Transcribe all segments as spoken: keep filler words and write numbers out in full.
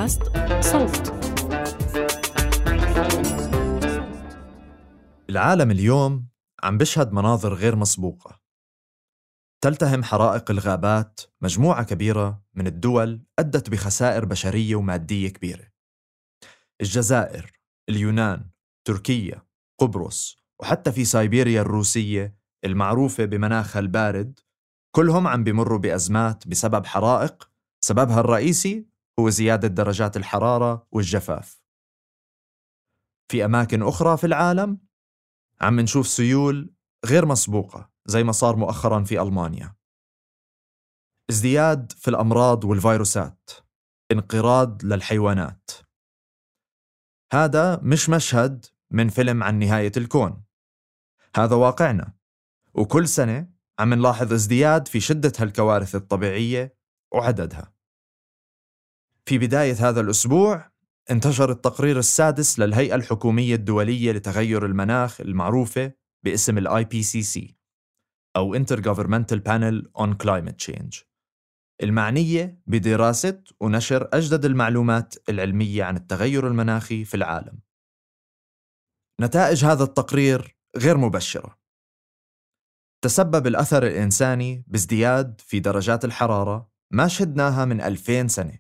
بودكاست صوت. العالم اليوم عم بيشهد مناظر غير مسبوقة. تلتهم حرائق الغابات مجموعة كبيرة من الدول أدت بخسائر بشرية ومادية كبيرة. الجزائر، اليونان، تركيا، قبرص، وحتى في سيبيريا الروسية المعروفة بمناخها البارد، كلهم عم بيمروا بأزمات بسبب حرائق سببها الرئيسي هو زيادة درجات الحرارة والجفاف. في أماكن أخرى في العالم عم نشوف سيول غير مسبوقة زي ما صار مؤخراً في ألمانيا. ازدياد في الأمراض والفيروسات، انقراض للحيوانات. هذا مش مشهد من فيلم عن نهاية الكون، هذا واقعنا، وكل سنة عم نلاحظ ازدياد في شدة هالكوارث الطبيعية وعددها. في بداية هذا الأسبوع انتشر التقرير السادس للهيئة الحكومية الدولية لتغير المناخ المعروفة باسم ال آي بي سي سي أو Intergovernmental Panel on Climate Change، المعنية بدراسة ونشر أجدد المعلومات العلمية عن التغير المناخي في العالم. نتائج هذا التقرير غير مبشرة. تسبب الأثر الإنساني بازدياد في درجات الحرارة ما شهدناها من ألفين سنة.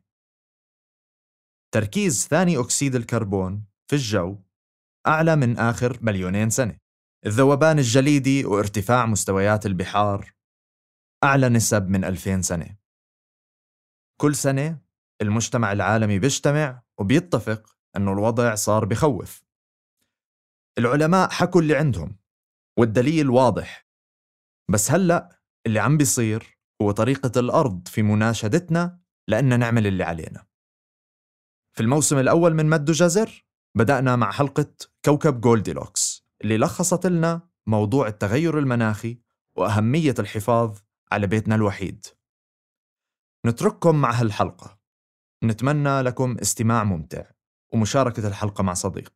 تركيز ثاني أكسيد الكربون في الجو أعلى من آخر مليونين سنة. الذوبان الجليدي وارتفاع مستويات البحار أعلى نسب من ألفين سنة. كل سنة المجتمع العالمي بيجتمع وبيتفق أنه الوضع صار بخوف. العلماء حكوا اللي عندهم والدليل واضح، بس هلأ اللي عم بيصير هو طريقة الأرض في مناشدتنا لأننا نعمل اللي علينا. في الموسم الأول من مد جزر بدأنا مع حلقة كوكب جولديلوكس اللي لخصت لنا موضوع التغير المناخي وأهمية الحفاظ على بيتنا الوحيد. نترككم مع هالحلقة، نتمنى لكم استماع ممتع ومشاركة الحلقة مع صديق.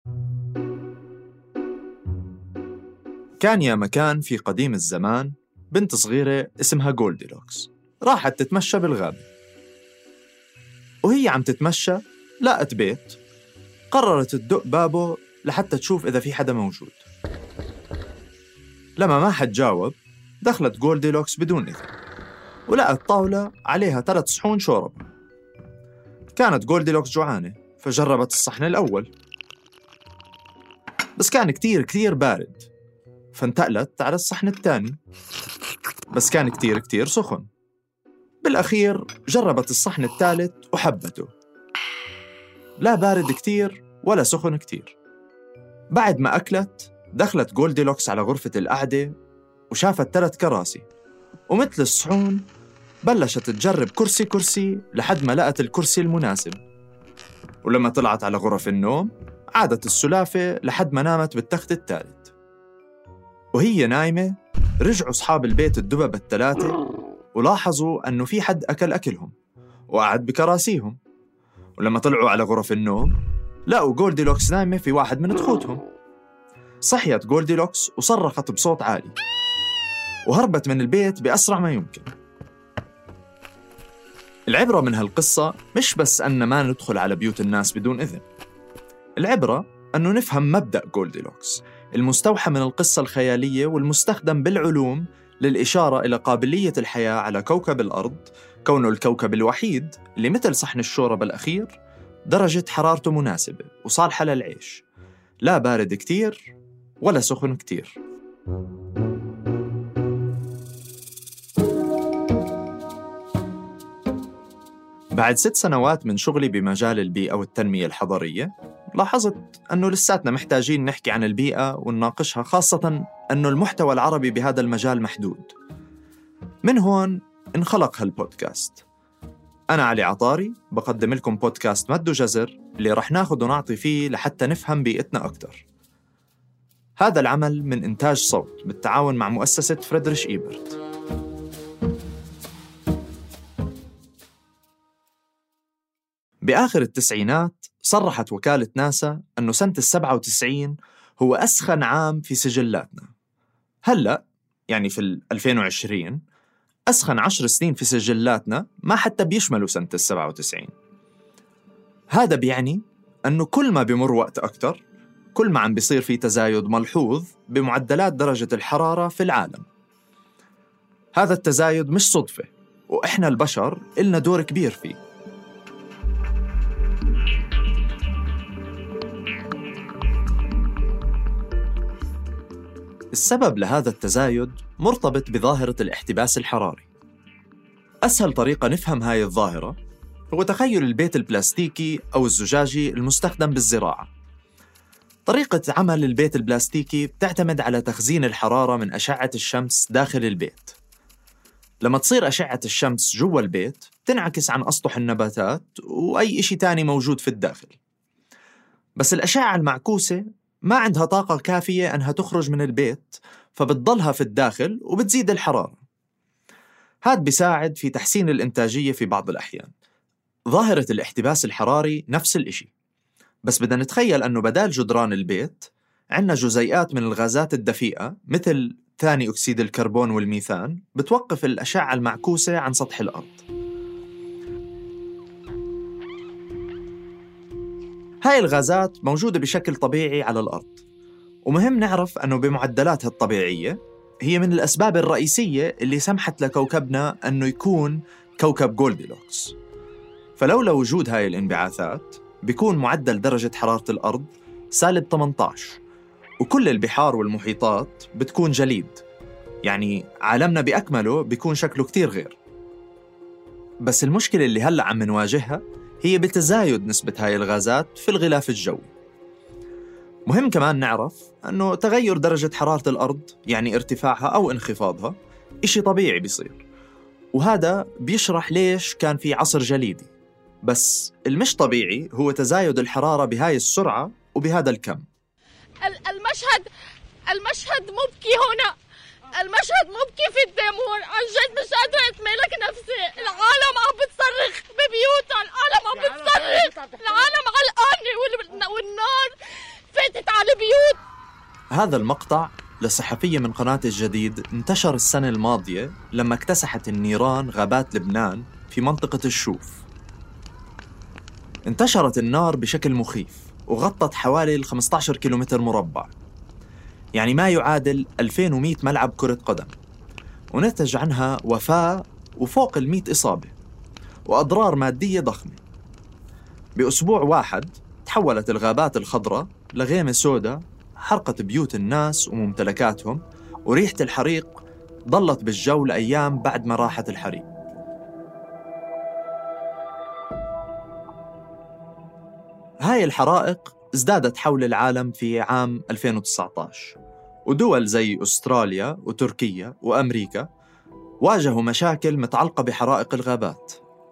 كان يا مكان في قديم الزمان بنت صغيرة اسمها جولديلوكس، راحت تتمشى بالغابة، وهي عم تتمشى لقت بيت، قررت تدق بابه لحتى تشوف إذا في حدا موجود. لما ما حد جاوب دخلت جولديلوكس بدون إذن، ولقت طاولة عليها ثلاث صحون شوربة. كانت جولديلوكس جوعانة فجربت الصحن الأول، بس كان كتير كتير بارد، فانتقلت على الصحن الثاني، بس كان كتير كتير سخن. بالأخير جربت الصحن الثالث وحبته، لا بارد كتير ولا سخن كتير. بعد ما أكلت دخلت جولديلوكس على غرفة القعدة وشافت ثلاث كراسي، ومثل الصحون بلشت تجرب كرسي كرسي لحد ما لقت الكرسي المناسب. ولما طلعت على غرف النوم عادت السلافة لحد ما نامت بالتخت الثالث. وهي نايمة رجعوا أصحاب البيت الدببة الثلاثة ولاحظوا أنه في حد أكل أكلهم وقعد بكراسيهم. ولما طلعوا على غرف النوم لقوا جولديلوكس نايمة في واحد من تخوتهم. صحيت جولديلوكس وصرخت بصوت عالي وهربت من البيت بأسرع ما يمكن. العبرة من هالقصة مش بس أن ما ندخل على بيوت الناس بدون إذن، العبرة أنه نفهم مبدأ جولديلوكس المستوحى من القصة الخيالية والمستخدم بالعلوم للإشارة إلى قابلية الحياة على كوكب الأرض، كونه الكوكب الوحيد اللي مثل صحن الشوربة الأخير درجة حرارته مناسبة وصالحة للعيش، لا بارد كتير ولا سخن كتير. بعد ست سنوات من شغلي بمجال البيئة والتنمية الحضرية لاحظت أنه لساتنا محتاجين نحكي عن البيئة ونناقشها، خاصة أنه المحتوى العربي بهذا المجال محدود. من هون انخلق هالبودكاست. أنا علي عطاري بقدم لكم بودكاست مد جزر اللي رح ناخد ونعطي فيه لحتى نفهم بيئتنا أكتر. هذا العمل من إنتاج صوت بالتعاون مع مؤسسة فريدريش إيبرت. بآخر التسعينات صرحت وكالة ناسا أنه سنة السبعة وتسعين هو أسخن عام في سجلاتنا. هلأ يعني في ألفين وعشرين أسخن عشر سنين في سجلاتنا ما حتى بيشملوا سنة السبعة وتسعين. هذا بيعني أنه كل ما بيمر وقت أكتر كل ما عم بيصير في تزايد ملحوظ بمعدلات درجة الحرارة في العالم. هذا التزايد مش صدفة، وإحنا البشر إلنا دور كبير فيه. السبب لهذا التزايد مرتبط بظاهرة الاحتباس الحراري. أسهل طريقة نفهم هاي الظاهرة هو تخيل البيت البلاستيكي أو الزجاجي المستخدم بالزراعة. طريقة عمل البيت البلاستيكي بتعتمد على تخزين الحرارة من أشعة الشمس داخل البيت. لما تصير أشعة الشمس جوا البيت تنعكس عن أسطح النباتات وأي إشي تاني موجود في الداخل. بس الأشعة المعكوسة ما عندها طاقة كافية أنها تخرج من البيت، فبتضلها في الداخل وبتزيد الحرارة. هذا بيساعد في تحسين الإنتاجية في بعض الأحيان. ظاهرة الاحتباس الحراري نفس الإشي، بس بدنا نتخيل أنه بدال جدران البيت عندنا جزيئات من الغازات الدفيئة مثل ثاني أكسيد الكربون والميثان بتوقف الأشعة المعكوسة عن سطح الأرض. هاي الغازات موجودة بشكل طبيعي على الأرض، ومهم نعرف أنه بمعدلاتها الطبيعية هي من الأسباب الرئيسية اللي سمحت لكوكبنا أنه يكون كوكب جولديلوكس. فلولا وجود هاي الانبعاثات بيكون معدل درجة حرارة الأرض سالب ثمانية عشر، وكل البحار والمحيطات بتكون جليد، يعني عالمنا بأكمله بيكون شكله كتير غير. بس المشكلة اللي هلأ عم نواجهها هي بتزايد نسبة هاي الغازات في الغلاف الجوي. مهم كمان نعرف أنه تغير درجة حرارة الأرض يعني ارتفاعها أو انخفاضها إشي طبيعي بيصير، وهذا بيشرح ليش كان في عصر جليدي. بس المش طبيعي هو تزايد الحرارة بهاي السرعة وبهذا الكم. المشهد المشهد مبكي هنا، المشهد مبكي في الدمور. عن جد مش قادرة أتمالك نفسي. العالم عم بتصرخ ببيوتها، العالم عم بتصرخ، العالم علقانة والنار فاتت على البيوت. هذا المقطع لصحفية من قناة الجديد انتشر السنة الماضية لما اكتسحت النيران غابات لبنان في منطقة الشوف. انتشرت النار بشكل مخيف وغطت حوالي خمسة عشر كيلومتر مربع، يعني ما يعادل ألفين ومئة ملعب كرة قدم، ونتج عنها وفاة وفوق المئة إصابة وأضرار مادية ضخمة. بأسبوع واحد تحولت الغابات الخضراء لغيمة سوداء، حرقت بيوت الناس وممتلكاتهم، وريحة الحريق ضلت بالجو لأيام بعد ما راحت الحريق. هاي الحرائق ازدادت حول العالم في عام ألفين وتسعة عشر، ودول زي أستراليا وتركيا وأمريكا واجهوا مشاكل متعلقة بحرائق الغابات.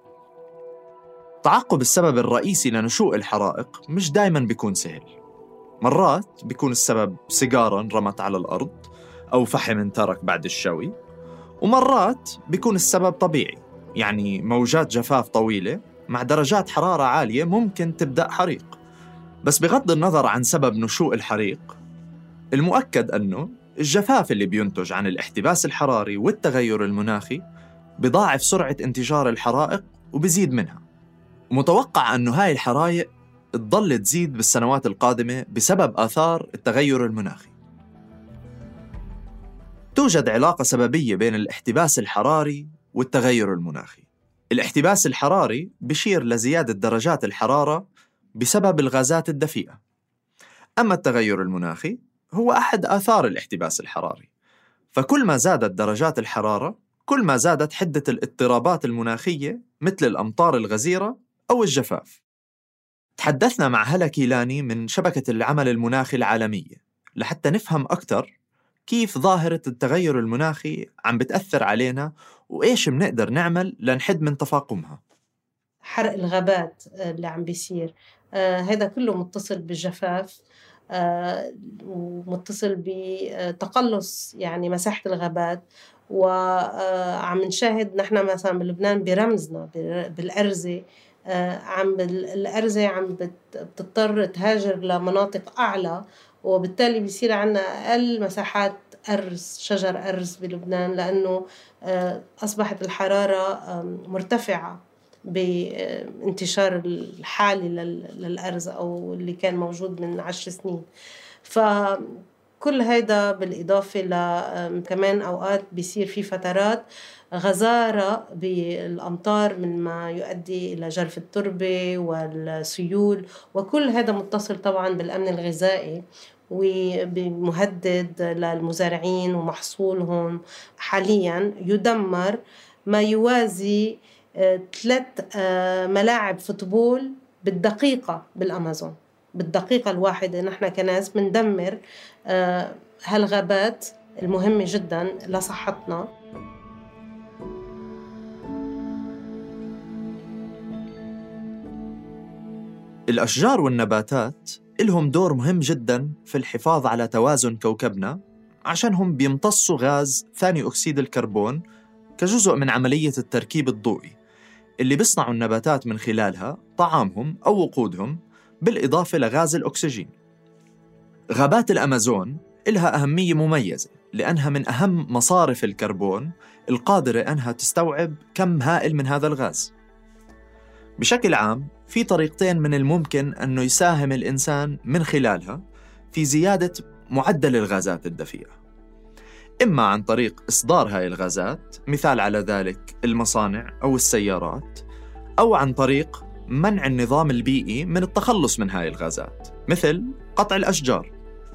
تعقب السبب الرئيسي لنشوء الحرائق مش دايماً بيكون سهل. مرات بيكون السبب سيجارة انرمت على الأرض أو فحم انترك بعد الشوي، ومرات بيكون السبب طبيعي، يعني موجات جفاف طويلة مع درجات حرارة عالية ممكن تبدأ حريق. بس بغض النظر عن سبب نشوء الحريق، المؤكد أنه الجفاف اللي بينتج عن الاحتباس الحراري والتغير المناخي بضاعف سرعة انتشار الحرائق وبزيد منها. متوقع أنه هاي الحرائق تضل تزيد بالسنوات القادمة بسبب آثار التغير المناخي. توجد علاقة سببية بين الاحتباس الحراري والتغير المناخي. الاحتباس الحراري بيشير لزيادة درجات الحرارة بسبب الغازات الدفيئة، أما التغير المناخي هو أحد آثار الاحتباس الحراري. فكل ما زادت درجات الحرارة كل ما زادت حدة الاضطرابات المناخية مثل الأمطار الغزيرة أو الجفاف. تحدثنا مع هلا كيلاني من شبكة العمل المناخي العالمية لحتى نفهم أكثر كيف ظاهرة التغير المناخي عم بتأثر علينا وإيش بنقدر نعمل لنحد من تفاقمها. حرق الغابات اللي عم بيصير آه هذا كله متصل بالجفاف، آه ومتصل بتقلص يعني مساحة الغابات. وعم نشاهد نحن مثلا بلبنان برمزنا بالأرزة، آه عم الأرزة عم بتضطر تهاجر لمناطق أعلى، وبالتالي بيصير عنا أقل مساحات أرز، شجر أرز بلبنان، لأنه أصبحت الحرارة مرتفعة بانتشار الحالي للأرز أو اللي كان موجود من عشر سنين. فكل هذا بالإضافة ل كمان أوقات بيصير في فترات غزارة بالأمطار مما يؤدي إلى جرف التربة والسيول، وكل هذا متصل طبعاً بالأمن الغذائي وبمهدد للمزارعين ومحصولهم. حالياً يدمر ما يوازي ثلاث ملاعب فوتبول بالدقيقة بالأمازون. بالدقيقة الواحدة نحن كناس مندمر هالغابات المهمة جداً لصحتنا. الأشجار والنباتات إلهم دور مهم جداً في الحفاظ على توازن كوكبنا، عشانهم بيمتصوا غاز ثاني أكسيد الكربون كجزء من عملية التركيب الضوئي اللي بيصنعوا النباتات من خلالها طعامهم أو وقودهم، بالإضافة لغاز الأكسجين. غابات الأمازون إلها أهمية مميزة لأنها من أهم مصارف الكربون القادرة أنها تستوعب كم هائل من هذا الغاز. بشكل عام في طريقتين من الممكن أنه يساهم الإنسان من خلالها في زيادة معدل الغازات الدفيئة، إما عن طريق إصدار هاي الغازات، مثال على ذلك المصانع أو السيارات، أو عن طريق منع النظام البيئي من التخلص من هاي الغازات مثل قطع الأشجار.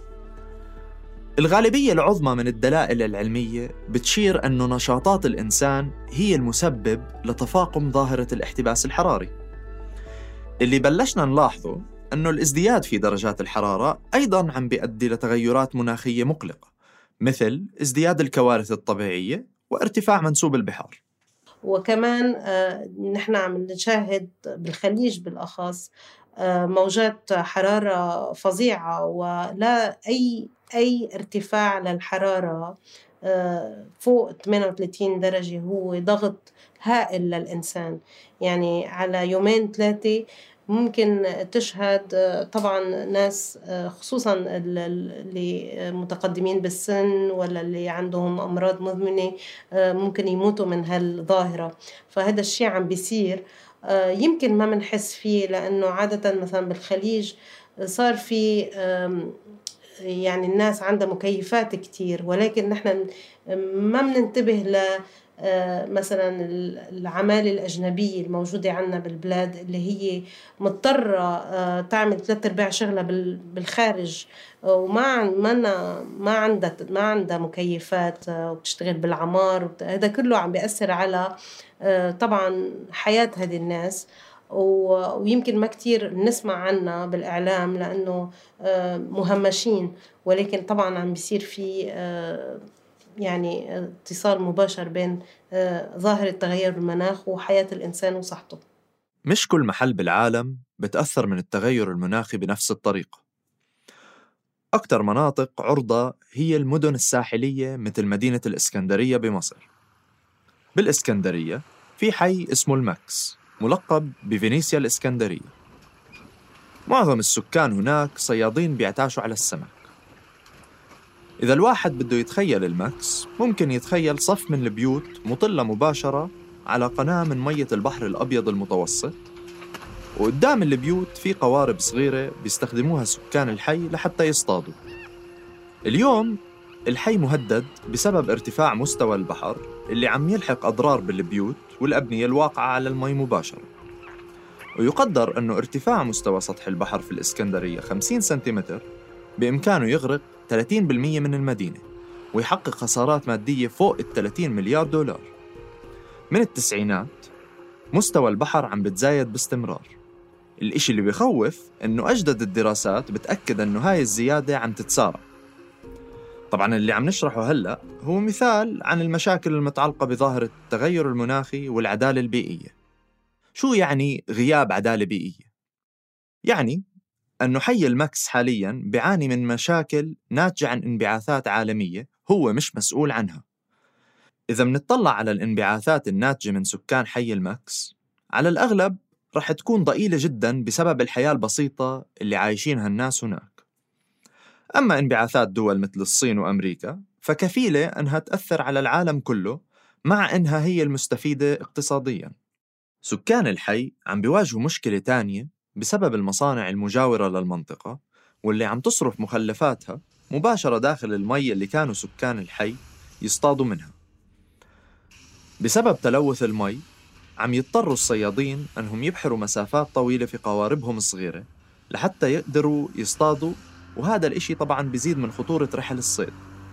الغالبية العظمى من الدلائل العلمية بتشير أنه نشاطات الإنسان هي المسبب لتفاقم ظاهرة الاحتباس الحراري. اللي بلشنا نلاحظه أنه الازدياد في درجات الحرارة أيضاً عم بيؤدي لتغيرات مناخية مقلقة، مثل ازدياد الكوارث الطبيعية وارتفاع منسوب البحار. وكمان آه نحن عم نشاهد بالخليج بالأخص آه موجات حرارة فظيعة، ولا أي أي ارتفاع للحرارة آه فوق ثمانية وثلاثين درجة هو ضغط هائل للإنسان. يعني على يومين ثلاثة ممكن تشهد طبعاً ناس خصوصاً اللي متقدمين بالسن ولا اللي عندهم أمراض مزمنة ممكن يموتوا من هالظاهرة. فهذا الشيء عم بيصير، يمكن ما منحس فيه لأنه عادة مثلاً بالخليج صار في يعني الناس عندها مكيفات كتير، ولكن نحن ما مننتبه ل مثلا العمالة الأجنبية الموجودة عنا بالبلاد اللي هي مضطرة تعمل ثلاث أرباع شغلة بالخارج، وما ما ما عندها ما عندها مكيفات وبتشتغل بالعمار. هذا كله عم بيأثر على طبعا حياة هذه الناس، ويمكن ما كتير نسمع عنها بالإعلام لأنه مهمشين، ولكن طبعا عم بيصير في يعني اتصال مباشر بين ظاهرة تغير المناخ وحياة الإنسان وصحته. مش كل محل بالعالم بتأثر من التغير المناخي بنفس الطريقة. أكثر مناطق عرضة هي المدن الساحلية مثل مدينة الإسكندرية بمصر. بالإسكندرية في حي اسمه الماكس ملقب بفينيسيا الإسكندرية. معظم السكان هناك صيادين بيعتاشوا على السمك. إذا الواحد بده يتخيل الماكس ممكن يتخيل صف من البيوت مطلة مباشرة على قناة من مية البحر الأبيض المتوسط، وقدام البيوت في قوارب صغيرة بيستخدموها سكان الحي لحتى يصطادوا. اليوم الحي مهدد بسبب ارتفاع مستوى البحر اللي عم يلحق أضرار بالبيوت والأبنية الواقعة على المي مباشرة. ويقدر أنه ارتفاع مستوى سطح البحر في الإسكندرية خمسين سنتيمتر بإمكانه يغرق ثلاثين بالمئة من المدينة ويحقق خسارات مادية فوق الثلاثين مليار دولار. من التسعينات مستوى البحر عم بتزايد باستمرار. الإشي اللي بيخوف أنه أجدد الدراسات بتأكد أنه هاي الزيادة عم تتسارع. طبعاً اللي عم نشرحه هلأ هو مثال عن المشاكل المتعلقة بظاهرة التغير المناخي والعدالة البيئية. شو يعني غياب عدالة بيئية؟ يعني أنه حي الماكس حالياً بيعاني من مشاكل ناتجة عن انبعاثات عالمية هو مش مسؤول عنها. إذا منطلع على الانبعاثات الناتجة من سكان حي الماكس، على الأغلب رح تكون ضئيلة جداً بسبب الحياة البسيطة اللي عايشينها الناس هناك. أما انبعاثات دول مثل الصين وأمريكا فكفيلة أنها تأثر على العالم كله، مع أنها هي المستفيدة اقتصادياً. سكان الحي عم بيواجهوا مشكلة تانية بسبب المصانع المجاورة للمنطقة واللي عم تصرف مخلفاتها مباشرة داخل المي اللي كانوا سكان الحي يصطادوا منها. بسبب تلوث المي عم يضطروا الصيادين أنهم يبحروا مسافات طويلة في قواربهم الصغيرة لحتى يقدروا يصطادوا، وهذا الإشي طبعاً بيزيد من خطورة رحل الصيد.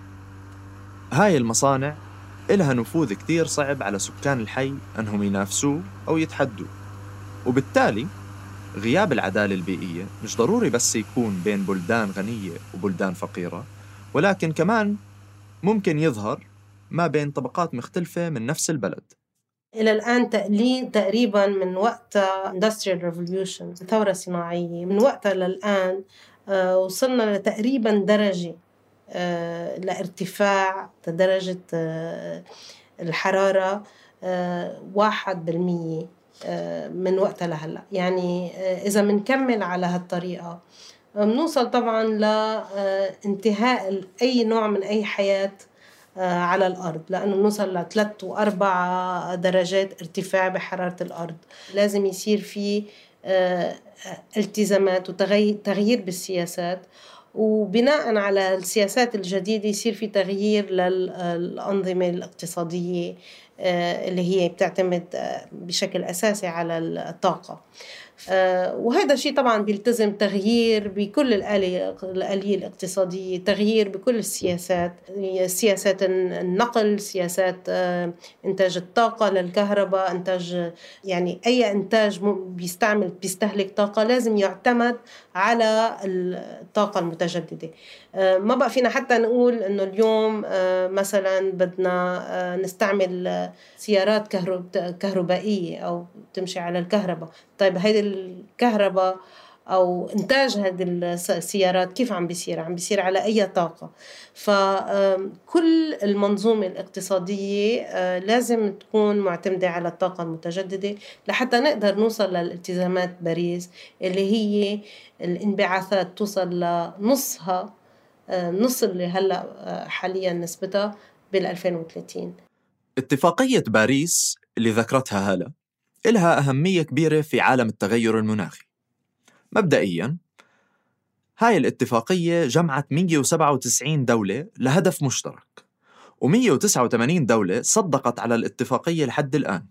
هاي المصانع إلها نفوذ كتير صعب على سكان الحي أنهم ينافسوه أو يتحدوا، وبالتالي غياب العدالة البيئية مش ضروري بس يكون بين بلدان غنية وبلدان فقيرة، ولكن كمان ممكن يظهر ما بين طبقات مختلفة من نفس البلد. إلى الآن تقليل تقريباً من وقت Industrial Revolution، الثورة الصناعية، من وقتها للآن آه وصلنا لتقريباً درجة آه لارتفاع درجة آه الحرارة آه واحد بالمية آه من وقتها لهلأ. يعني آه إذا منكمل على هالطريقة بنوصل طبعاً لانتهاء أي نوع من أي حياة على الأرض، لأنه بنوصل لثلاث وأربع درجات ارتفاع بحرارة الأرض. لازم يصير في التزامات وتغيير بالسياسات، وبناء على السياسات الجديدة يصير في تغيير للأنظمة الاقتصادية اللي هي بتعتمد بشكل أساسي على الطاقة. وهذا الشيء طبعاً بيلتزم تغيير بكل الآلية الآلية الاقتصادية، تغيير بكل السياسات، سياسات النقل، سياسات إنتاج الطاقة للكهرباء، إنتاج يعني أي إنتاج بيستعمل بيستهلك طاقة لازم يعتمد على الطاقة المتجددة. ما بقى فينا حتى نقول إنه اليوم مثلاً بدنا نستعمل سيارات كهربائية أو تمشي على الكهرباء. طيب هيدي الكهرباء أو إنتاج هذه السيارات كيف عم بيصير؟ عم بيصير على أي طاقة؟ فكل المنظومة الاقتصادية لازم تكون معتمدة على الطاقة المتجددة لحتى نقدر نوصل للالتزامات باريس اللي هي الانبعاثات توصل لنصها، نص اللي هلأ حاليا نسبتها بالألفين وثلاثين. اتفاقية باريس اللي ذكرتها هالة إلها أهمية كبيرة في عالم التغير المناخي. مبدئياً هاي الاتفاقية جمعت مئة وسبعة وتسعين دولة لهدف مشترك، ومئة وتسعة وثمانين دولة صدقت على الاتفاقية لحد الآن.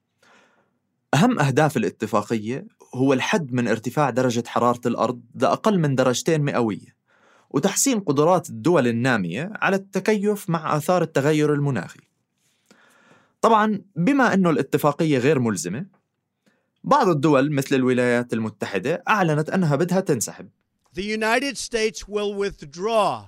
أهم أهداف الاتفاقية هو الحد من ارتفاع درجة حرارة الأرض لأقل من درجتين مئوية، وتحسين قدرات الدول النامية على التكيف مع آثار التغير المناخي. طبعاً بما أنه الاتفاقية غير ملزمة، بعض الدول مثل الولايات المتحدة أعلنت أنها بدها تنسحب. The United States will withdraw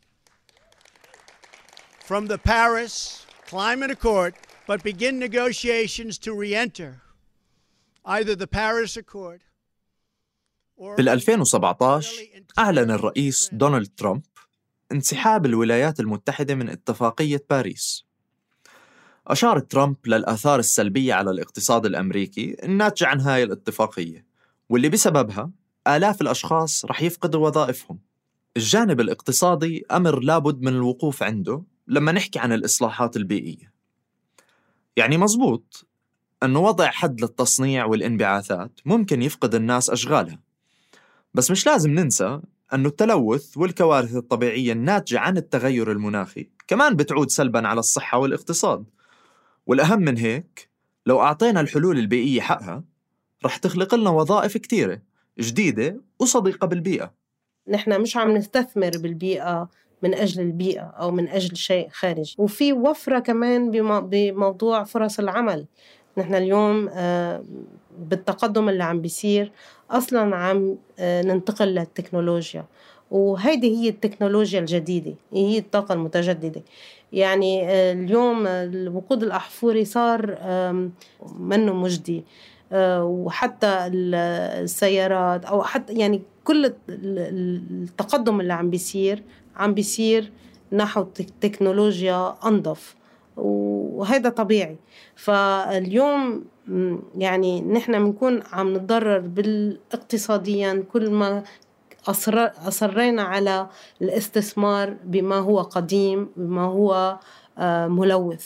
from the Paris Climate Accord but begin negotiations to re-enter either the Paris Accord or بال ألفين وسبعة عشر أعلن الرئيس دونالد ترامب انسحاب الولايات المتحدة من اتفاقية باريس. أشار ترامب للآثار السلبية على الاقتصاد الأمريكي الناتجة عن هاي الاتفاقية، واللي بسببها آلاف الأشخاص رح يفقدوا وظائفهم. الجانب الاقتصادي أمر لابد من الوقوف عنده لما نحكي عن الإصلاحات البيئية. يعني مزبوط أنه وضع حد للتصنيع والانبعاثات ممكن يفقد الناس أشغالها، بس مش لازم ننسى أنه التلوث والكوارث الطبيعية الناتجة عن التغير المناخي كمان بتعود سلباً على الصحة والاقتصاد. والأهم من هيك، لو أعطينا الحلول البيئية حقها رح تخلق لنا وظائف كتيرة جديدة وصديقة بالبيئة. نحن مش عم نستثمر بالبيئة من أجل البيئة أو من أجل شيء خارجي. وفي وفرة كمان بموضوع فرص العمل. نحن اليوم بالتقدم اللي عم بيصير أصلاً عم ننتقل للتكنولوجيا، وهيدي هي التكنولوجيا الجديدة، هي الطاقة المتجددة. يعني اليوم الوقود الأحفوري صار منه مجدي، وحتى السيارات أو حتى يعني كل التقدم اللي عم بيصير عم بيصير نحو تكنولوجيا أنظف، وهذا طبيعي. فاليوم يعني نحن بنكون عم نتضرر بالاقتصاديا كل ما أصر أصرينا على الاستثمار بما هو قديم، بما هو ملوث.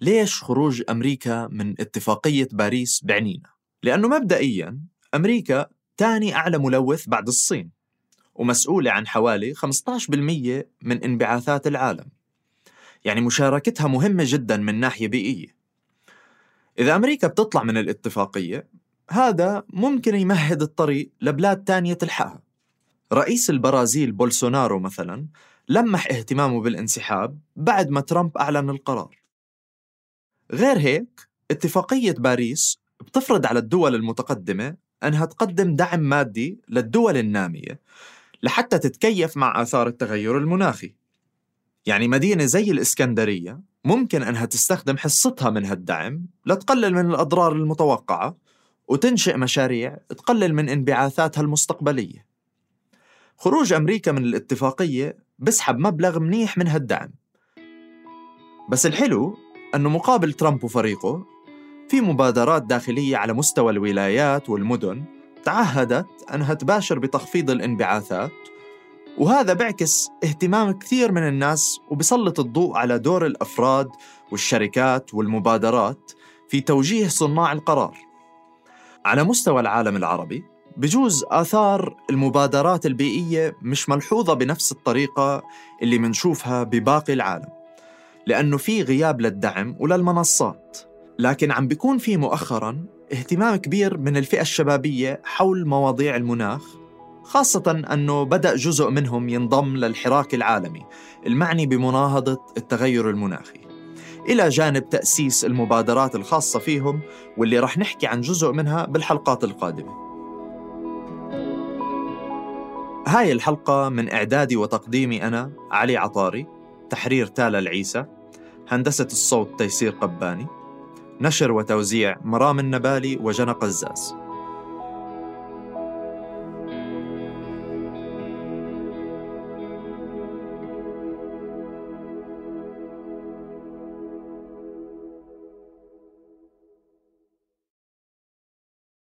ليش خروج أمريكا من اتفاقية باريس بعنينا؟ لأنه مبدئياً أمريكا تاني أعلى ملوث بعد الصين، ومسؤولة عن حوالي خمسة عشر بالمئة من انبعاثات العالم، يعني مشاركتها مهمة جداً من ناحية بيئية. إذا أمريكا بتطلع من الاتفاقية، هذا ممكن يمهد الطريق لبلاد تانية تلحقها. رئيس البرازيل بولسونارو مثلاً لمح اهتمامه بالانسحاب بعد ما ترامب أعلن القرار. غير هيك، اتفاقية باريس بتفرض على الدول المتقدمة أنها تقدم دعم مادي للدول النامية لحتى تتكيف مع آثار التغير المناخي. يعني مدينة زي الإسكندرية ممكن أنها تستخدم حصتها من هالدعم لتقلل من الأضرار المتوقعة وتنشئ مشاريع تقلل من انبعاثاتها المستقبلية. خروج أمريكا من الاتفاقية بسحب مبلغ منيح من هالدعم، بس الحلو أنه مقابل ترامب وفريقه في مبادرات داخلية على مستوى الولايات والمدن تعهدت أنها تباشر بتخفيض الانبعاثات، وهذا بيعكس اهتمام كثير من الناس وبيسلط الضوء على دور الأفراد والشركات والمبادرات في توجيه صناع القرار. على مستوى العالم العربي بجوز آثار المبادرات البيئية مش ملحوظة بنفس الطريقة اللي منشوفها بباقي العالم، لأنه في غياب للدعم وللمنصات، لكن عم بيكون في مؤخراً اهتمام كبير من الفئة الشبابية حول مواضيع المناخ، خاصة أنه بدأ جزء منهم ينضم للحراك العالمي المعني بمناهضة التغير المناخي، إلى جانب تأسيس المبادرات الخاصة فيهم واللي رح نحكي عن جزء منها بالحلقات القادمة. هاي الحلقة من إعدادي وتقديمي أنا علي عطاري، تحرير تالا العيسى، هندسة الصوت تيسير قباني، نشر وتوزيع مرام النبالي وجنى قزاز.